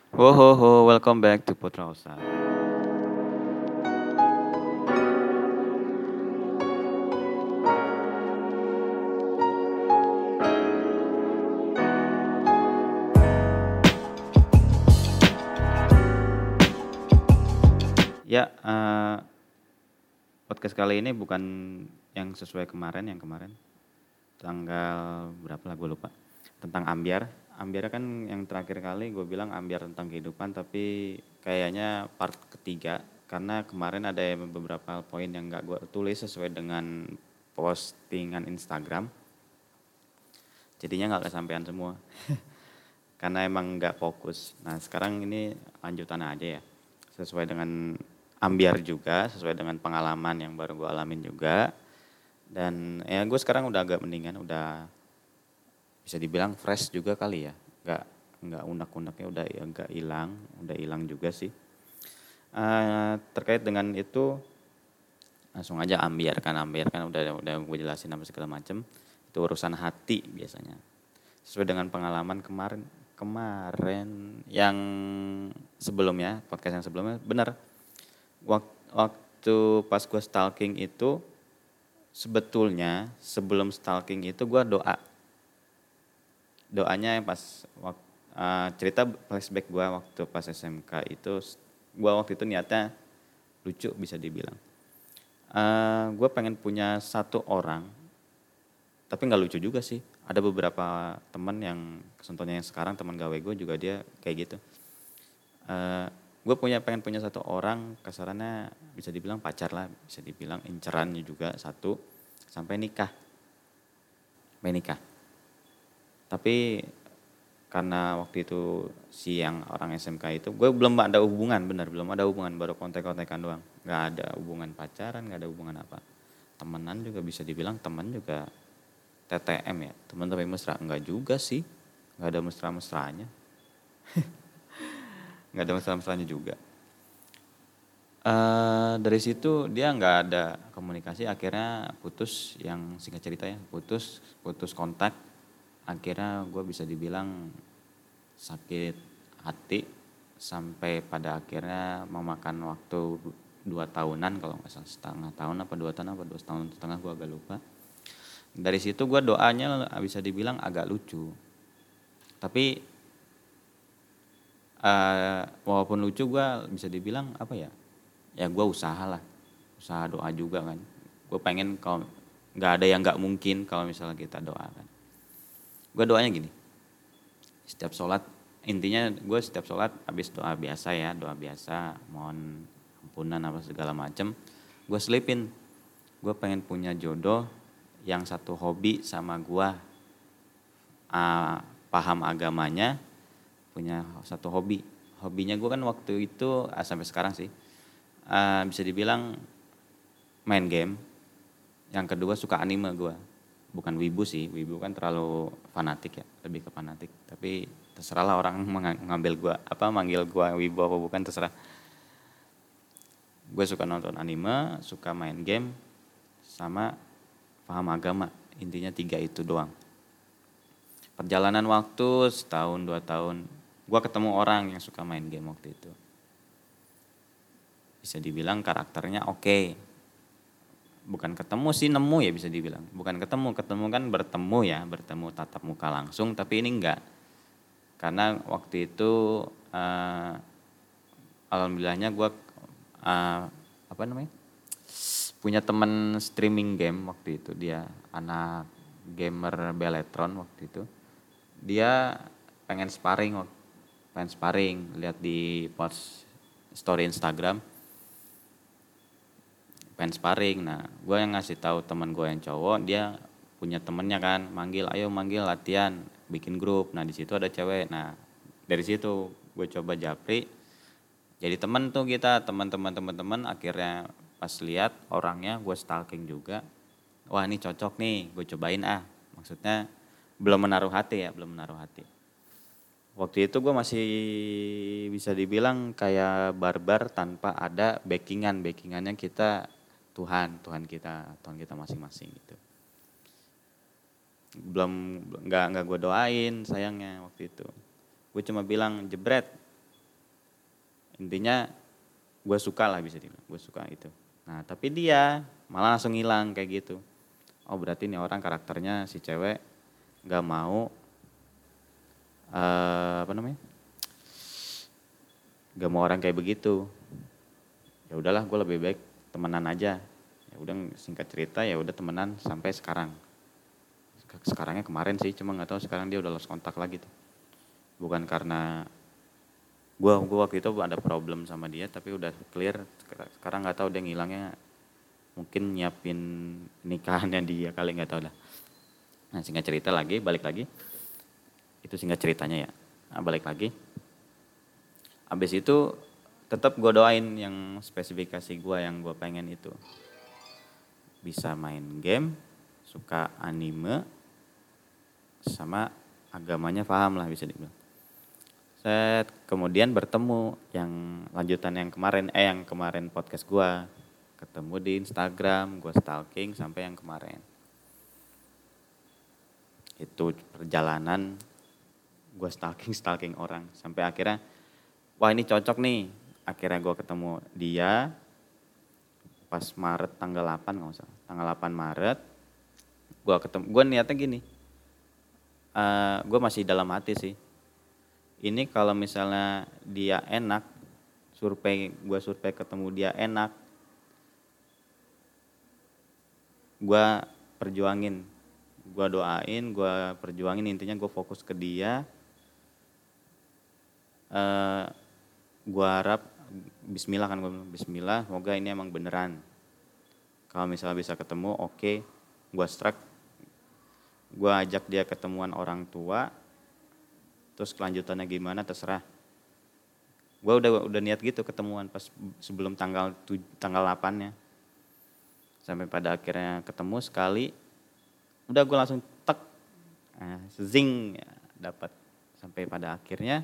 Wohoho, welcome back to Putra Usa. Ya, podcast kali ini bukan yang sesuai kemarin, yang kemarin tanggal berapa lah gue lupa. Tentang ambiar. Ambiar kan yang terakhir kali gue bilang ambiar tentang kehidupan, tapi kayaknya part ketiga. Karena kemarin ada beberapa poin yang gak gue tulis sesuai dengan postingan Instagram. Jadinya gak kesampaian semua. Karena emang gak fokus. Nah sekarang ini lanjutan aja ya. Sesuai dengan ambiar juga, sesuai dengan pengalaman yang baru gue alamin juga. Dan ya gue sekarang udah agak mendingan, udah bisa dibilang fresh juga kali ya. Nggak unek-uneknya udah hilang juga sih. Terkait dengan itu langsung aja ambiar kan udah gue jelasin apa segala macem. Itu urusan hati biasanya. Sesuai dengan pengalaman kemarin kemarin yang sebelumnya, podcast yang sebelumnya, benar. Waktu pas gue stalking itu, sebetulnya sebelum stalking itu gue doanya yang pas cerita flashback gue waktu pas SMK itu, gue waktu itu niatnya lucu bisa dibilang. Gue pengen punya satu orang, tapi nggak lucu juga sih. Ada beberapa teman yang contohnya yang sekarang teman gawe gue juga dia kayak gitu. Gue pengen punya satu orang, kasarannya bisa dibilang pacar lah, bisa dibilang incerannya juga satu, sampai nikah. Tapi karena waktu itu si yang orang SMK itu, gue belum ada hubungan, belum ada hubungan, baru kontek-kontekan doang. Gak ada hubungan pacaran, gak ada hubungan apa. Temenan juga bisa dibilang temen juga TTM ya, temen tapi mesra. Enggak juga sih, gak ada mesra-mesranya. Gak ada mesra-mesranya juga. Dari situ dia nggak ada komunikasi, akhirnya putus, yang singkat cerita ya, putus kontak. Akhirnya gue bisa dibilang sakit hati sampai pada akhirnya memakan waktu 2 tahunan, kalau nggak salah setengah tahun apa 2 tahun apa 2 tahun setengah, gue agak lupa. Dari situ gue doanya bisa dibilang agak lucu, tapi walaupun lucu gue bisa dibilang apa ya, gue usaha doa juga kan. Gue pengen, kalau nggak ada yang nggak mungkin kalau misalnya kita doa kan. Gue doanya gini, setiap sholat, intinya gue setiap sholat habis doa biasa ya, doa biasa mohon ampunan apa segala macem, gue selipin gue pengen punya jodoh yang satu hobi sama gue, paham agamanya, punya satu hobinya gue kan waktu itu sampai sekarang sih, bisa dibilang main game. Yang kedua suka anime gue, bukan wibu sih, wibu kan terlalu fanatik ya, lebih ke fanatik. Tapi terserah lah orang mengambil gue manggil gue wibu apa bukan, terserah. Gue suka nonton anime, suka main game, sama paham agama. Intinya 3 itu doang. Perjalanan waktu setahun 2 tahun, gue ketemu orang yang suka main game waktu itu. Bisa dibilang karakternya oke. Bukan ketemu sih, nemu ya bisa dibilang. Bukan ketemu kan bertemu tatap muka langsung, tapi ini enggak. Karena waktu itu alhamdulillahnya gue punya teman streaming game waktu itu, dia anak gamer Beletron waktu itu. Dia pengen sparring, lihat di post story Instagram, pengen sparring. Nah gue yang ngasih tahu teman gue yang cowok, dia punya temennya kan, manggil latihan, bikin grup. Nah di situ ada cewek. Nah dari situ gue coba japri, jadi temen tuh kita, teman. Akhirnya pas lihat orangnya, gue stalking juga. Wah ini cocok nih, gue cobain maksudnya belum menaruh hati. Waktu itu gue masih bisa dibilang kayak barbar tanpa ada backingannya kita Tuhan kita masing-masing gitu. Belum, nggak gue doain sayangnya waktu itu. Gue cuma bilang jebret, Intinya gue suka lah bisa dibilang, gue suka itu. Nah tapi dia malah langsung hilang kayak gitu. Oh berarti nih orang karakternya si cewek nggak mau apa namanya, nggak mau orang kayak begitu. Ya udahlah gue lebih baik temenan aja. Ya udah singkat cerita ya udah temenan sampai sekarang. Sekarangnya kemarin sih, cuma nggak tahu sekarang dia udah lost kontak lagi tuh. Bukan karena gua waktu itu ada problem sama dia tapi udah clear. Sekarang nggak tahu dia ngilangnya, mungkin nyiapin nikahannya dia kali, nggak tahu lah. Nah singkat cerita lagi, balik lagi, itu singkat ceritanya ya. Nah, balik lagi, abis itu tetap gue doain yang spesifikasi gue yang gue pengen itu, bisa main game, suka anime, sama agamanya paham lah bisa dibilang. Set kemudian bertemu yang lanjutan yang kemarin podcast gue, ketemu di Instagram, gue stalking sampai yang kemarin. Itu perjalanan gue stalking orang sampai akhirnya wah ini cocok nih. Akhirnya gue ketemu dia pas Maret tanggal 8 nggak usah, tanggal 8 Maret gue niatnya gini, gue masih dalam hati sih. Ini kalau misalnya dia enak, gue survei ketemu dia enak, gue perjuangin, gue doain, gue perjuangin, intinya gue fokus ke dia. Gue harap, bismillah kan, gue bilang bismillah, semoga ini emang beneran. Kalau misalnya bisa ketemu, oke, gue strike, gue ajak dia ketemuan orang tua. Terus kelanjutannya gimana terserah. Gue udah niat gitu ketemuan pas sebelum tanggal 8-nya. Sampai pada akhirnya ketemu sekali. Udah gue langsung tek. Zing ya, dapat. Sampai pada akhirnya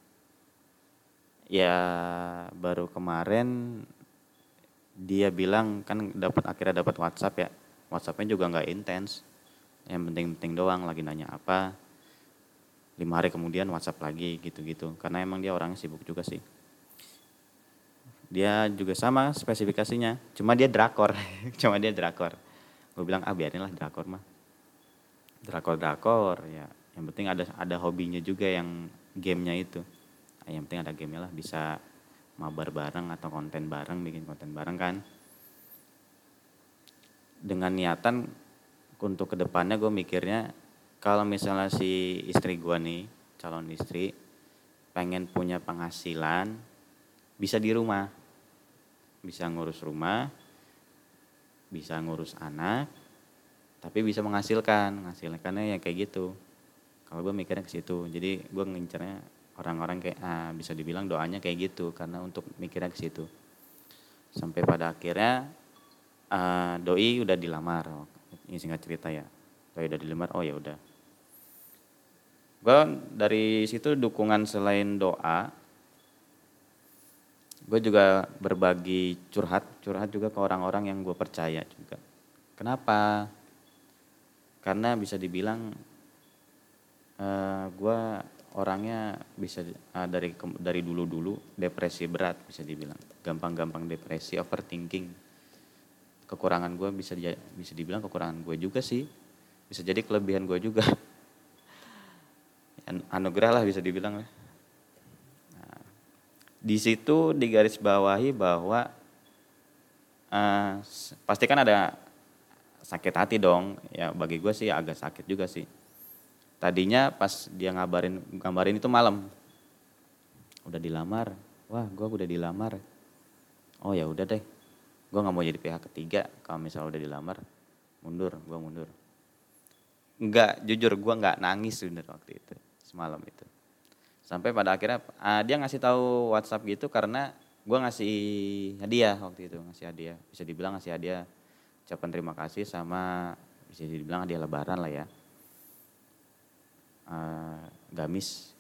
ya baru kemarin dia bilang kan akhirnya dapat WhatsApp ya. WhatsAppnya juga nggak intens. Yang penting-penting doang, lagi nanya apa. 5 hari kemudian WhatsApp lagi gitu-gitu. Karena emang dia orangnya sibuk juga sih. Dia juga sama spesifikasinya. Cuma dia drakor. Gue bilang biarin lah drakor mah. Drakor ya. Yang penting ada hobinya juga yang gamenya itu. Yang penting ada gamenya lah, bisa mabar bareng atau konten bareng, bikin konten bareng kan. Dengan niatan untuk kedepannya gue mikirnya, kalau misalnya si istri gue nih, calon istri, pengen punya penghasilan, bisa di rumah. Bisa ngurus rumah, bisa ngurus anak, tapi bisa menghasilkannya ya kayak gitu. Kalau gue mikirnya ke situ, jadi gue ngincernya orang-orang kayak bisa dibilang doanya kayak gitu, karena untuk mikirnya ke situ. Sampai pada akhirnya doi udah dilamar, ini singkat cerita ya. Doi udah dilamar, oh ya udah. Gue dari situ dukungan selain doa, gue juga berbagi curhat juga ke orang-orang yang gue percaya juga. Kenapa? Karena bisa dibilang gue orangnya bisa dari dulu depresi berat bisa dibilang, gampang depresi, overthinking. Kekurangan gue bisa dibilang kekurangan gue juga sih, bisa jadi kelebihan gue juga. Anugerah lah bisa dibilang. Nah, di situ digaris bawahi bahwa pasti kan ada sakit hati dong. Ya bagi gue sih agak sakit juga sih. Tadinya pas dia gambarin itu malam, udah dilamar. Wah, gue udah dilamar. Oh ya udah deh, gue nggak mau jadi pihak ketiga. Kalau misalnya udah dilamar, gue mundur. Enggak, jujur gue nggak nangis bener waktu itu, semalam itu. Sampai pada akhirnya dia ngasih tahu WhatsApp gitu karena gue ngasih hadiah waktu itu, bisa dibilang ngasih hadiah, ucapan terima kasih sama bisa dibilang hadiah lebaran lah ya. Gamis.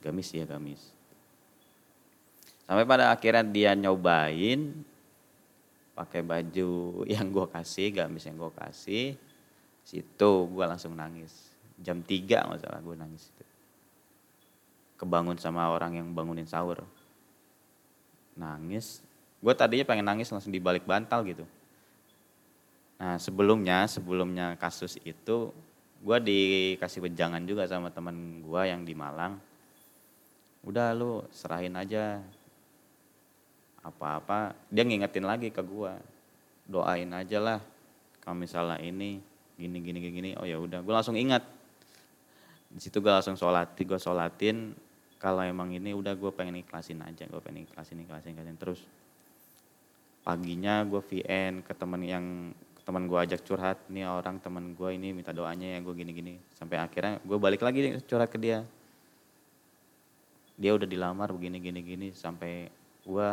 Sampai pada akhirnya dia nyobain pakai baju yang gue kasih, gamis yang gue kasih, situ gue langsung nangis. Jam 3 nggak salah gue nangis itu. Kebangun sama orang yang bangunin sahur. nangis. Gue tadinya pengen nangis langsung dibalik bantal gitu. Nah sebelumnya kasus itu gue dikasih wejangan juga sama teman gue yang di Malang. Udah lu serahin aja apa-apa. Dia ngingetin lagi ke gue, doain aja lah kalau misalnya ini gini. Oh ya udah, gue langsung ingat. Di situ gue langsung sholatin. Kalau emang ini udah gue pengen ikhlasin aja, gue pengen ikhlasin terus. Paginya gue VN ke teman gue ajak curhat, nih orang teman gue ini minta doanya ya gue gini. Sampai akhirnya gue balik lagi curhat ke dia. Dia udah dilamar begini sampai gue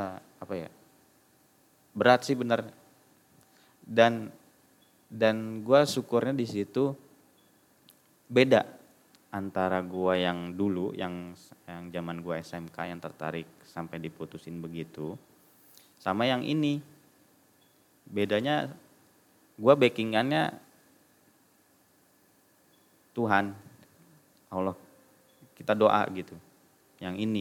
berat sih bener. Dan gue syukurnya di situ beda antara gue yang dulu yang zaman gue SMK yang tertarik sampai diputusin begitu sama yang ini. Bedanya gue backingannya Tuhan, Allah, kita doa gitu. Yang ini.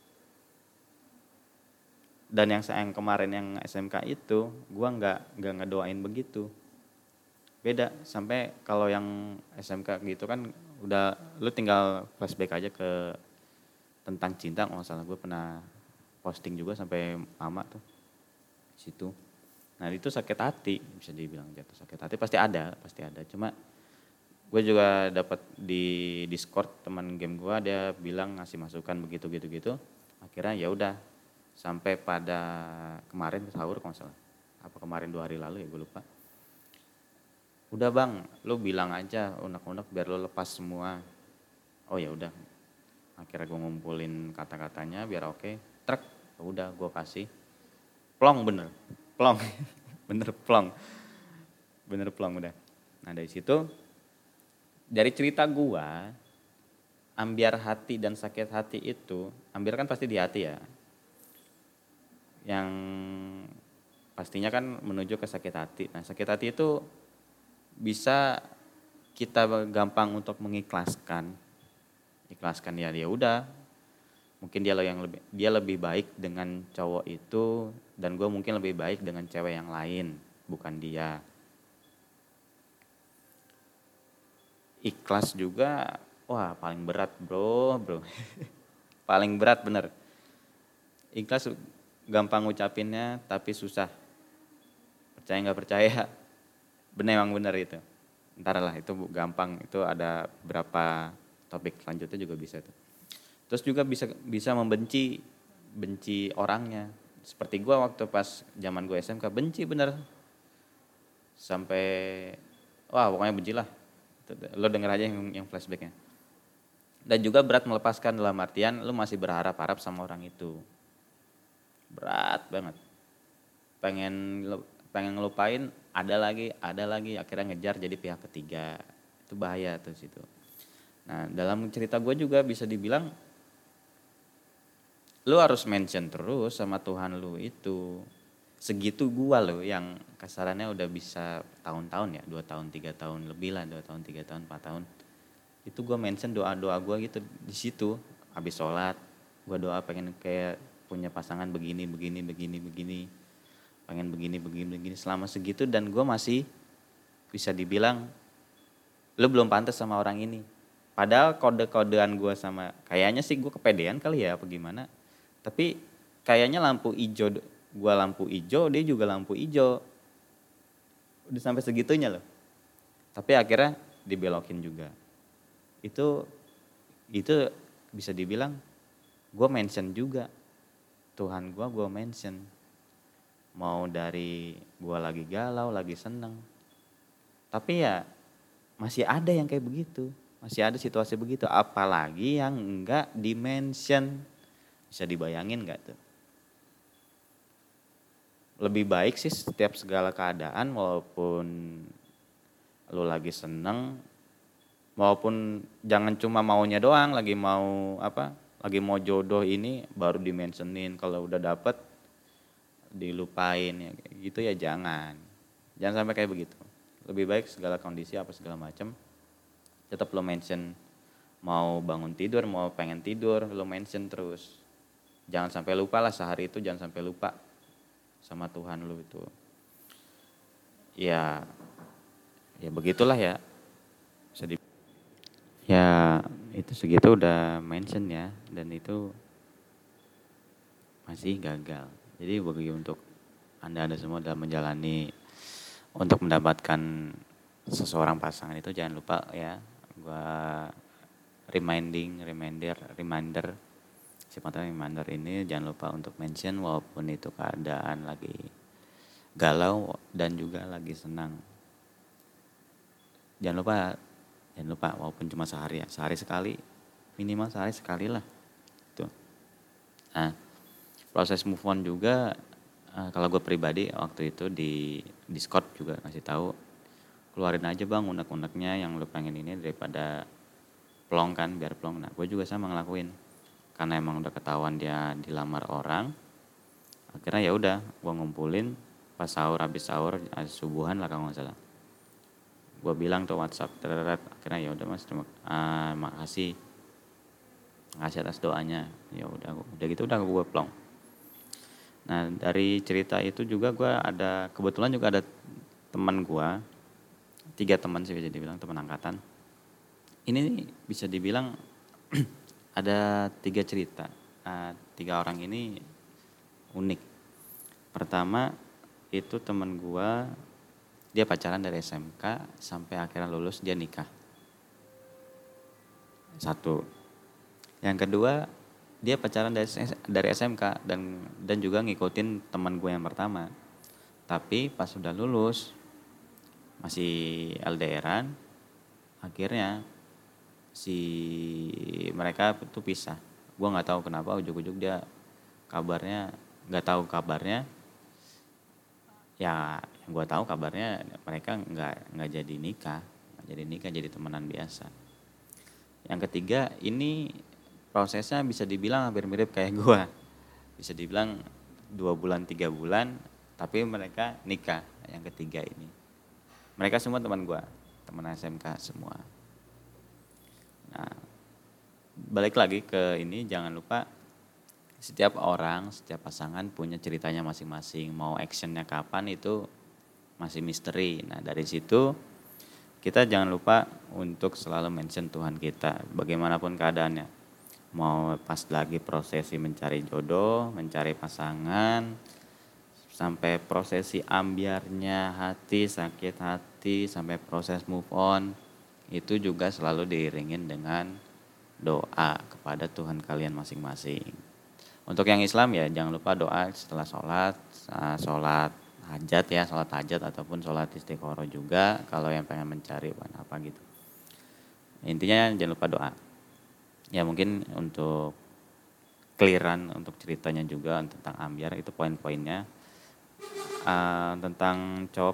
Dan yang kemarin yang SMK itu gue nggak ngedoain begitu. Beda, sampai kalau yang SMK gitu kan udah lu tinggal flashback aja ke tentang cinta, kalau salah gue pernah posting juga sampai mama tuh situ. Nah itu sakit hati, bisa dibilang jatuh sakit hati pasti ada. Cuma gue juga dapat di Discord teman game gue, dia bilang ngasih masukan begitu. Akhirnya ya udah sampai pada kemarin sahur kalau salah. Apa kemarin 2 hari lalu ya gue lupa. Udah bang, lu bilang aja unek-unek biar lu lepas semua. Oh ya udah. Akhirnya gue ngumpulin kata-katanya biar oke. Trek, udah gue kasih. Plong bener. Bener plong udah. Nah dari situ, dari cerita gue, ambiar hati dan sakit hati itu, ambiar kan pasti di hati ya. Yang pastinya kan menuju ke sakit hati. Nah sakit hati itu bisa kita gampang untuk mengikhlaskan ya udah, mungkin dia lebih baik dengan cowok itu dan gue mungkin lebih baik dengan cewek yang lain, bukan dia. Ikhlas juga wah paling berat bro paling berat bener. Ikhlas gampang ngucapinnya tapi susah, percaya nggak percaya, emang bener itu. Ntar lah itu gampang, itu ada berapa topik selanjutnya juga bisa tuh. Terus juga bisa membenci orangnya. Seperti gue waktu pas zaman gue SMK benci bener. Sampai wah pokoknya benci lah. Lo denger aja yang flashbacknya. Dan juga berat melepaskan dalam artian lo masih berharap sama orang itu. Berat banget. Pengen ngelupain, ada lagi akhirnya ngejar jadi pihak ketiga. Itu bahaya tuh situ. Nah dalam cerita gue juga bisa dibilang lu harus mention terus sama Tuhan lu itu. Segitu gua lo yang kasarannya udah bisa tahun-tahun ya, 2 tahun 3 tahun lebih lah, 2 tahun 3 tahun 4 tahun. Itu gua mention doa-doa gua gitu di situ. Habis sholat gua doa pengen kayak punya pasangan begini. Pengen begini selama segitu, dan gua masih bisa dibilang lu belum pantas sama orang ini. Padahal kode-kodean gua sama, kayaknya sih gua kepedean kali ya apa gimana. Tapi kayaknya lampu hijau, gue lampu hijau, dia juga lampu hijau. Udah sampai segitunya loh. Tapi akhirnya dibelokin juga. Itu bisa dibilang gue mention juga. Tuhan gue mention. Mau dari gue lagi galau, lagi seneng. Tapi ya masih ada yang kayak begitu. Masih ada situasi begitu. Apalagi yang enggak di-mention. Bisa dibayangin gak tuh? Lebih baik sih setiap segala keadaan, walaupun lu lagi seneng, walaupun jangan cuma maunya doang, lagi mau jodoh ini baru dimentionin, kalau udah dapet dilupain ya gitu ya, jangan sampai kayak begitu. Lebih baik segala kondisi apa segala macam tetap lo mention. Mau bangun tidur, mau pengen tidur, lo mention terus. Jangan sampai lupa lah sehari itu, jangan sampai lupa sama Tuhan lu itu. Ya, ya begitulah ya. Sedih. Ya itu segitu udah mention ya, dan itu masih gagal. Jadi bagi untuk anda semua dalam menjalani untuk mendapatkan seseorang pasangan itu jangan lupa ya, gua reminder sifatnya reminder ini jangan lupa untuk mention walaupun itu keadaan lagi galau dan juga lagi senang. Jangan lupa walaupun cuma sehari ya, sehari sekali, minimal sehari sekali lah. Tuh. Nah, proses move on juga kalau gue pribadi waktu itu di Discord juga ngasih tahu, keluarin aja bang unek-uneknya yang lu pengen ini daripada plong kan, biar plong. Nah gue juga sama ngelakuin, karena emang udah ketahuan dia dilamar orang. Akhirnya ya udah gue ngumpulin pas habis sahur subuhan lah kalau nggak salah. Gue bilang tuh WhatsApp, akhirnya ya udah mas, makasih atas doanya. Ya udah gitu udah gue plong. Nah dari cerita itu juga gue kebetulan juga ada teman gue, 3 teman sih bisa dibilang teman angkatan. Ini bisa dibilang ada 3 cerita. 3 orang ini unik. Pertama itu teman gue, dia pacaran dari SMK sampai akhirnya lulus dia nikah. 1. Yang kedua dia pacaran dari SMK dan juga ngikutin teman gue yang pertama. Tapi pas sudah lulus masih LDRan, akhirnya mereka tuh pisah. Gue nggak tahu kenapa ujuk-ujuk dia nggak tahu kabarnya. Ya yang gue tahu kabarnya mereka nggak jadi nikah, jadi temenan biasa. Yang ketiga ini prosesnya bisa dibilang hampir mirip kayak gue, bisa dibilang 2 bulan 3 bulan, tapi mereka nikah. Yang ketiga ini mereka semua teman gue, teman SMK semua. Nah balik lagi ke ini, jangan lupa setiap orang, setiap pasangan punya ceritanya masing-masing. Mau actionnya kapan itu masih misteri. Nah dari situ kita jangan lupa untuk selalu mention Tuhan kita bagaimanapun keadaannya. Mau pas lagi prosesi mencari jodoh, mencari pasangan, sampai prosesi ambiarnya hati, sakit hati, sampai proses move on, itu juga selalu diiringin dengan doa kepada Tuhan kalian masing-masing. Untuk yang Islam ya jangan lupa doa setelah sholat hajat ya, sholat hajat ataupun sholat istiqoroh juga kalau yang pengen mencari apa gitu. Intinya jangan lupa doa. Ya mungkin untuk clearan untuk ceritanya juga tentang ambiar itu poin-poinnya. Tentang cowok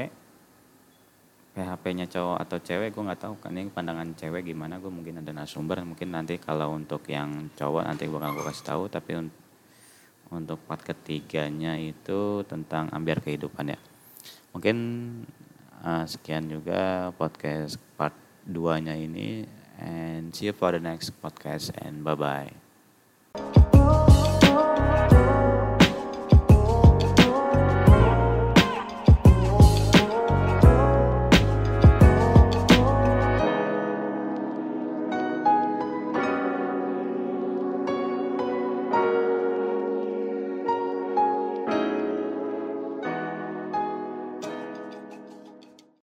PHP-nya cowok atau cewek gue nggak tahu kan, ini pandangan cewek gimana, gue mungkin ada narasumber, mungkin nanti kalau untuk yang cowok nanti bakal gue kasih tahu. Tapi untuk part ketiganya itu tentang ambiar kehidupan ya. Mungkin sekian juga podcast part 2-nya ini, and see you for the next podcast and bye bye.